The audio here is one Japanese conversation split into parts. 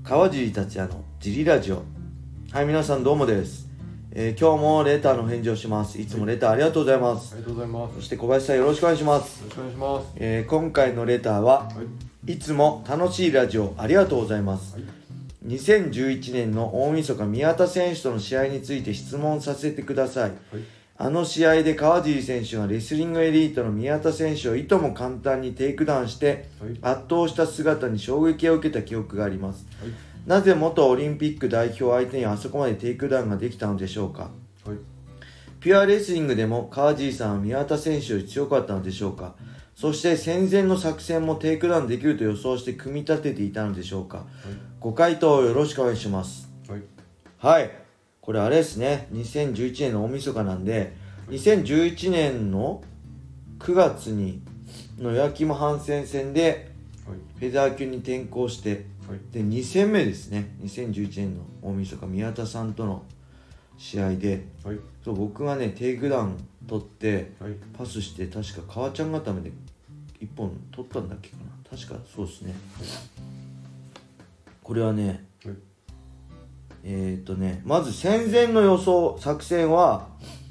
川尻達也のジリラジオ。はい、皆さんどうもです。今日もレターの返事をします。いつもレターありがとうございます。 ありがとうございます。 そして小林さんよろしくお願いします。 よろしくお願いします。 今回のレターは、いつも楽しいラジオありがとうございます。2011年の大晦日宮田選手との試合について質問させてください。あの試合で川尻選手がレスリングエリートの宮田選手をいとも簡単にテイクダウンして圧倒した姿に衝撃を受けた記憶があります。なぜ元オリンピック代表相手にあそこまでテイクダウンができたのでしょうか。ピュアレスリングでも川尻さんは宮田選手より強かったのでしょうか。そして戦前の作戦もテイクダウンできると予想して組み立てていたのでしょうか。ご回答よろしくお願いします。はい、これあれですね、2011年の大晦日なんで、2011年の9月のヨアキム・ハンセン戦でフェザー級に転向して、で2戦目ですね、2011年の大晦日宮田さんとの試合で、そう僕がねテイクダウン取って、パスして確か川ちゃん固めで1本取ったんだっけかな、確かそうですね。これはね、まず戦前の予想作戦は、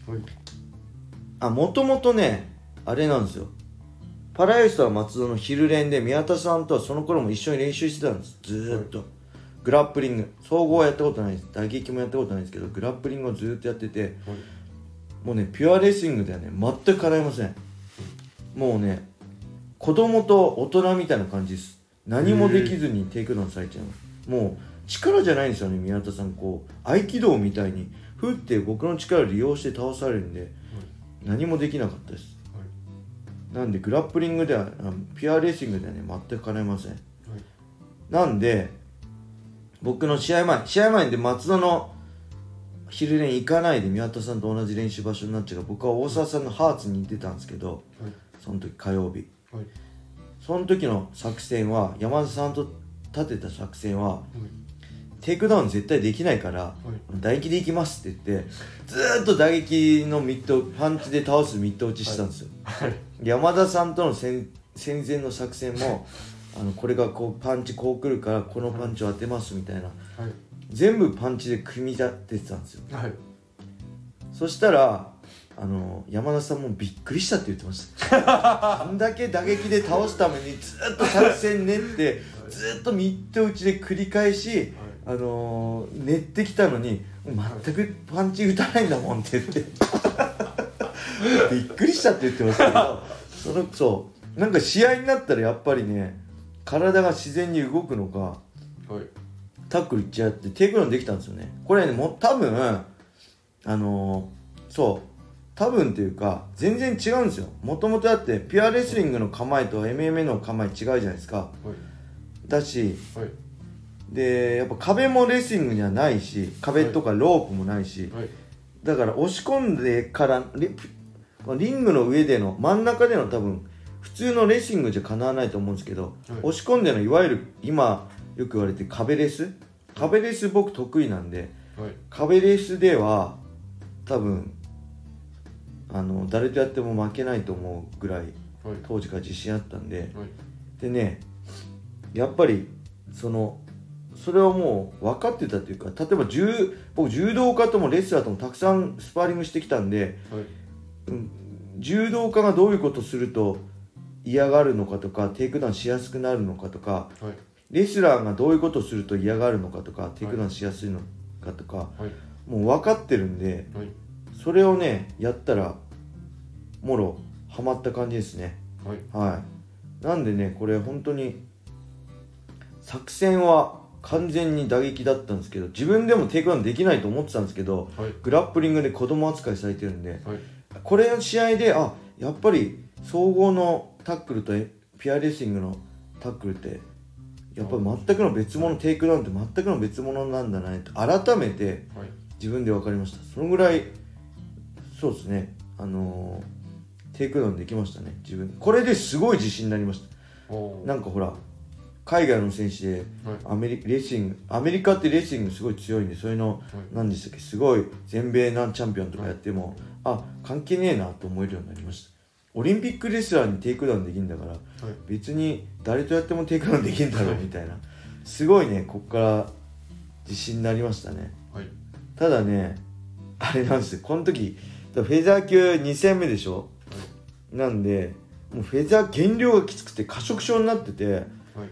もともとねあれなんですよ、パラエストは松戸の昼練で宮田さんとはその頃も一緒に練習してたんです。ずーっと、グラップリング総合はやったことないです、打撃もやったことないですけど、グラップリングをずーっとやってて、もうねピュアレスリングではね全く叶いません。もうね子供と大人みたいな感じです。何もできずにテイクダウンされちゃう。もう力じゃないんですよね。宮田さんこう合気道みたいにふって僕の力を利用して倒されるんで、何もできなかったです。なんでグラップリングではピュアレスリングではね全く叶いません。なんで僕の試合前で松戸の昼練行かないで宮田さんと同じ練習場所になっちゃうから、僕は大沢さんのハーツに行ってたんですけど、その時火曜日、その時の作戦は山田さんと立てた作戦は、テイクダウン絶対できないから、打撃で行きますって言ってずーっと打撃のパンチで倒すミット打ちしたんですよ。山田さんとの戦前の作戦もこれがこうパンチこう来るからこのパンチを当てますみたいな、全部パンチで組み立ててたんですよ。そしたら山田さんもびっくりしたって言ってました。あんだけ打撃で倒すためにずっと作戦練ってずっとミット打ちで繰り返し、練ってきたのに全くパンチ打たないんだもんって言ってびっくりしたって言ってましたけど、そうなんか試合になったらやっぱりね体が自然に動くのか、タックルいっちゃってテイクダウンできたんですよね。これねもう多分多分っていうか全然違うんですよ。もともとだってピュアレスリングの構えと MMA の構え違うじゃないですか。だし、でやっぱ壁もレスリングにはないし、壁とかロープもないし、だから押し込んでからリングの上での真ん中での多分普通のレスリングじゃかなわないと思うんですけど、押し込んでのいわゆる今よく言われてる壁レス僕得意なんで、壁レスでは多分誰とやっても負けないと思うぐらい当時から自信あったんで、でねやっぱりそれはもう分かってたというか、例えば僕柔道家ともレスラーともたくさんスパーリングしてきたんで、柔道家がどういうことすると嫌がるのかとかテイクダウンしやすくなるのかとか、レスラーがどういうことすると嫌がるのかとかテイクダウンしやすいのかとか、もう分かってるんで、それをねやったらもろハマった感じですね。なんでねこれ本当に作戦は完全に打撃だったんですけど、自分でもテイクダウンできないと思ってたんですけど、グラップリングで子供扱いされてるんで、これの試合でやっぱり総合のタックルとピュアレスリングのタックルってやっぱり全くの別物、テイクダウンって全くの別物なんだなと改めて自分で分かりました。そのぐらいそうですね、テイクダウンできましたね自分。これですごい自信になりました。なんかほら海外の選手でアメリカってレスリングすごい強いんで、そういうの何でしたっけ、すごい全米チャンピオンとかやっても関係ねえなと思えるようになりました。オリンピックレスラーにテイクダウンできるんだから、別に誰とやってもテイクダウンできるんだろうみたいなすごいね、こっから自信になりましたね。 はい、 ただね、あれなんですよ、この時フェザー級2戦目でしょ、はい、なんでもうフェザー減量がきつくて過食症になってて、はい、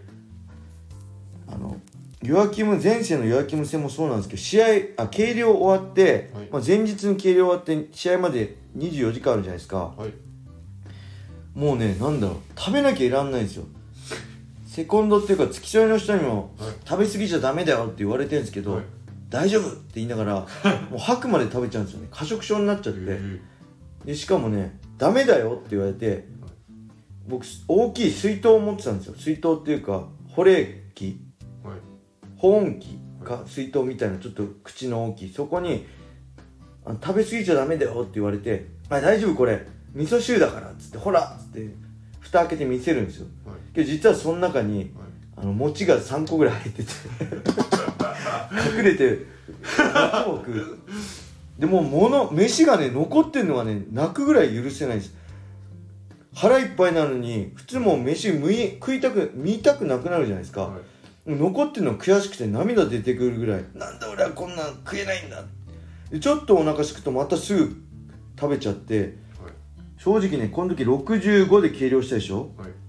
ヨアキム、前世のヨアキム戦もそうなんですけど、計量終わって、はい、前日に計量終わって試合まで24時間あるじゃないですか、はい、もうね、なんだろう、食べなきゃいらんないんですよ。セコンドっていうか付き添いの人にも、はい、食べ過ぎちゃダメだよって言われてるんですけど、はい、大丈夫って言いながらもう吐くまで食べちゃうんですよね。過食症になっちゃって、でしかもね、ダメだよって言われて、僕大きい水筒を持ってたんですよ。水筒っていうか保冷器、はい、保温器か水筒みたいなちょっと口の大きい、そこに食べ過ぎちゃダメだよって言われて、大丈夫これ味噌汁だからっつって、ほらっつって蓋開けて見せるんですよ、はい、けど実はその中に、はい、餅が3個ぐらい入ってて隠れてでも飯がね残ってんのがね、泣くぐらい許せないです。腹いっぱいなのに普通もう飯見たくなくなるじゃないですか、はい、残ってるの悔しくて涙出てくるぐらい、なんだ俺はこんなん食えないんだ。でちょっとお腹すくとまたすぐ食べちゃって、はい、正直ね、この時65で計量したでしょ、はい、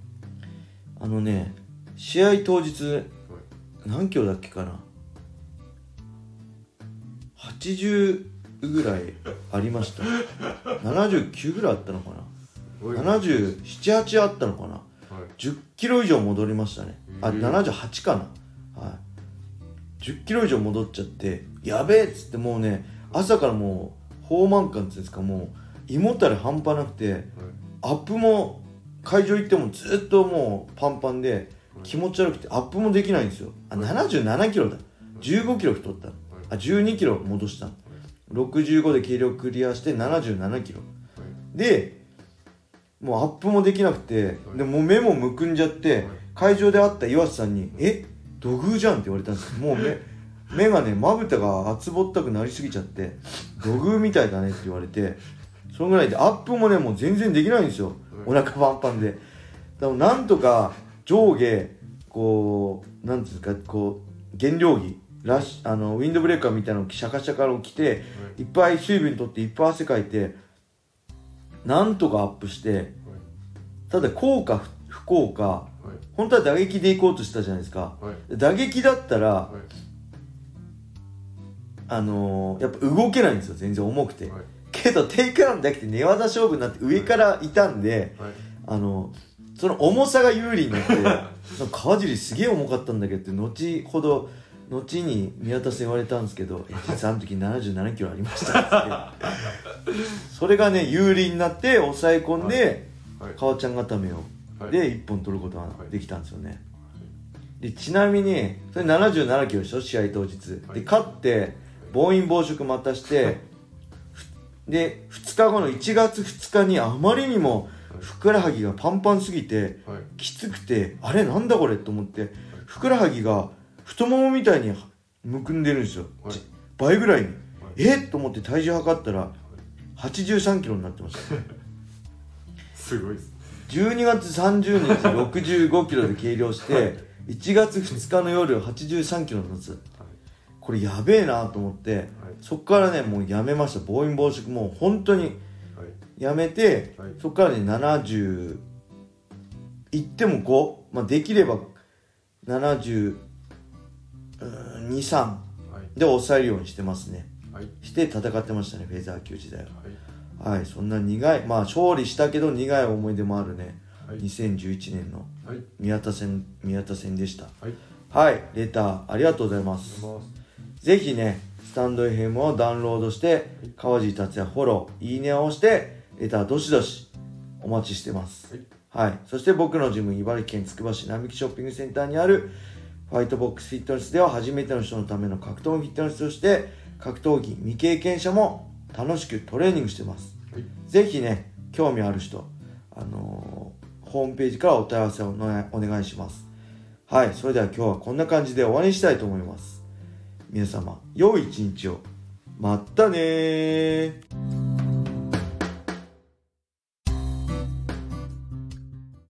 試合当日、はい、何キロだっけかな、80ぐらいありました79ぐらいあったのかな、77、8あったのかな、はい、10キロ以上戻りましたね。78かな、はい、10キロ以上戻っちゃって、やべえっつって、もうね、朝からもう放満感っていうんですか、もう胃もたれ半端なくて、はい、アップも会場行ってもずっともうパンパンで気持ち悪くてアップもできないんですよ。77キロだ、15キロ太った、12キロ戻した、65で計量クリアして77キロで、もうアップもできなくて、でもう目もむくんじゃって、会場で会った岩瀬さんに土偶じゃんって言われたんですよ。もう目がね、まぶたが厚ぼったくなりすぎちゃって土偶みたいだねって言われて、そのぐらいでアップもね、もう全然できないんですよ、お腹パンパンで。でもなんとか上下こう、なんていうんですか、こう減量着ウィンドブレーカーみたいなのをシャカシャカを着て、いっぱい水分取っていっぱい汗かいて、なんとかアップして、ただ効か不効か、本当は打撃でいこうとしたじゃないですか、打撃だったら、やっぱ動けないんですよ、全然重くて、けどテイクダウンだけで寝技勝負になって上からいたんで、その重さが有利になって川尻すげえ重かったんだけどって後に宮田さん言われたんですけど、実はあの時77キロありましたってそれがね有利になって抑え込んで、川ちゃん固めをで1本取ることができたんですよね。でちなみにそれ77キロでしょ、試合当日で勝って暴飲暴食またしてで2日後の1月2日にあまりにもふくらはぎがパンパンすぎて、きつくて、あれなんだこれと思って、ふくらはぎが太ももみたいにむくんでるんですよ、倍ぐらいに、と思って体重測ったら83キロになってましたすごいです。 12月30日65キロで計量して1月2日の夜83キロになってた。これやべえなと思って、そっからねもうやめました。暴飲暴食もう本当にやめて、そっからね70いっても5、できれば72、3で抑えるようにしてますね、して戦ってましたね、フェザー級時代は。そんな苦い、勝利したけど苦い思い出もあるね、2011年の宮田戦でした。レターありがとうございます。ぜひねスタンド FM をダウンロードして川尻達也フォローいいねを押してレターどしどしお待ちしてます。そして僕のジム、茨城県つくば市並木ショッピングセンターにあるファイトボックスフィットネスでは、初めての人のための格闘技フィットネスとして格闘技未経験者も楽しくトレーニングしてます。ぜひね興味ある人、ホームページからお問い合わせをお願いします。それでは今日はこんな感じで終わりにしたいと思います。皆様良い一日を。またねー。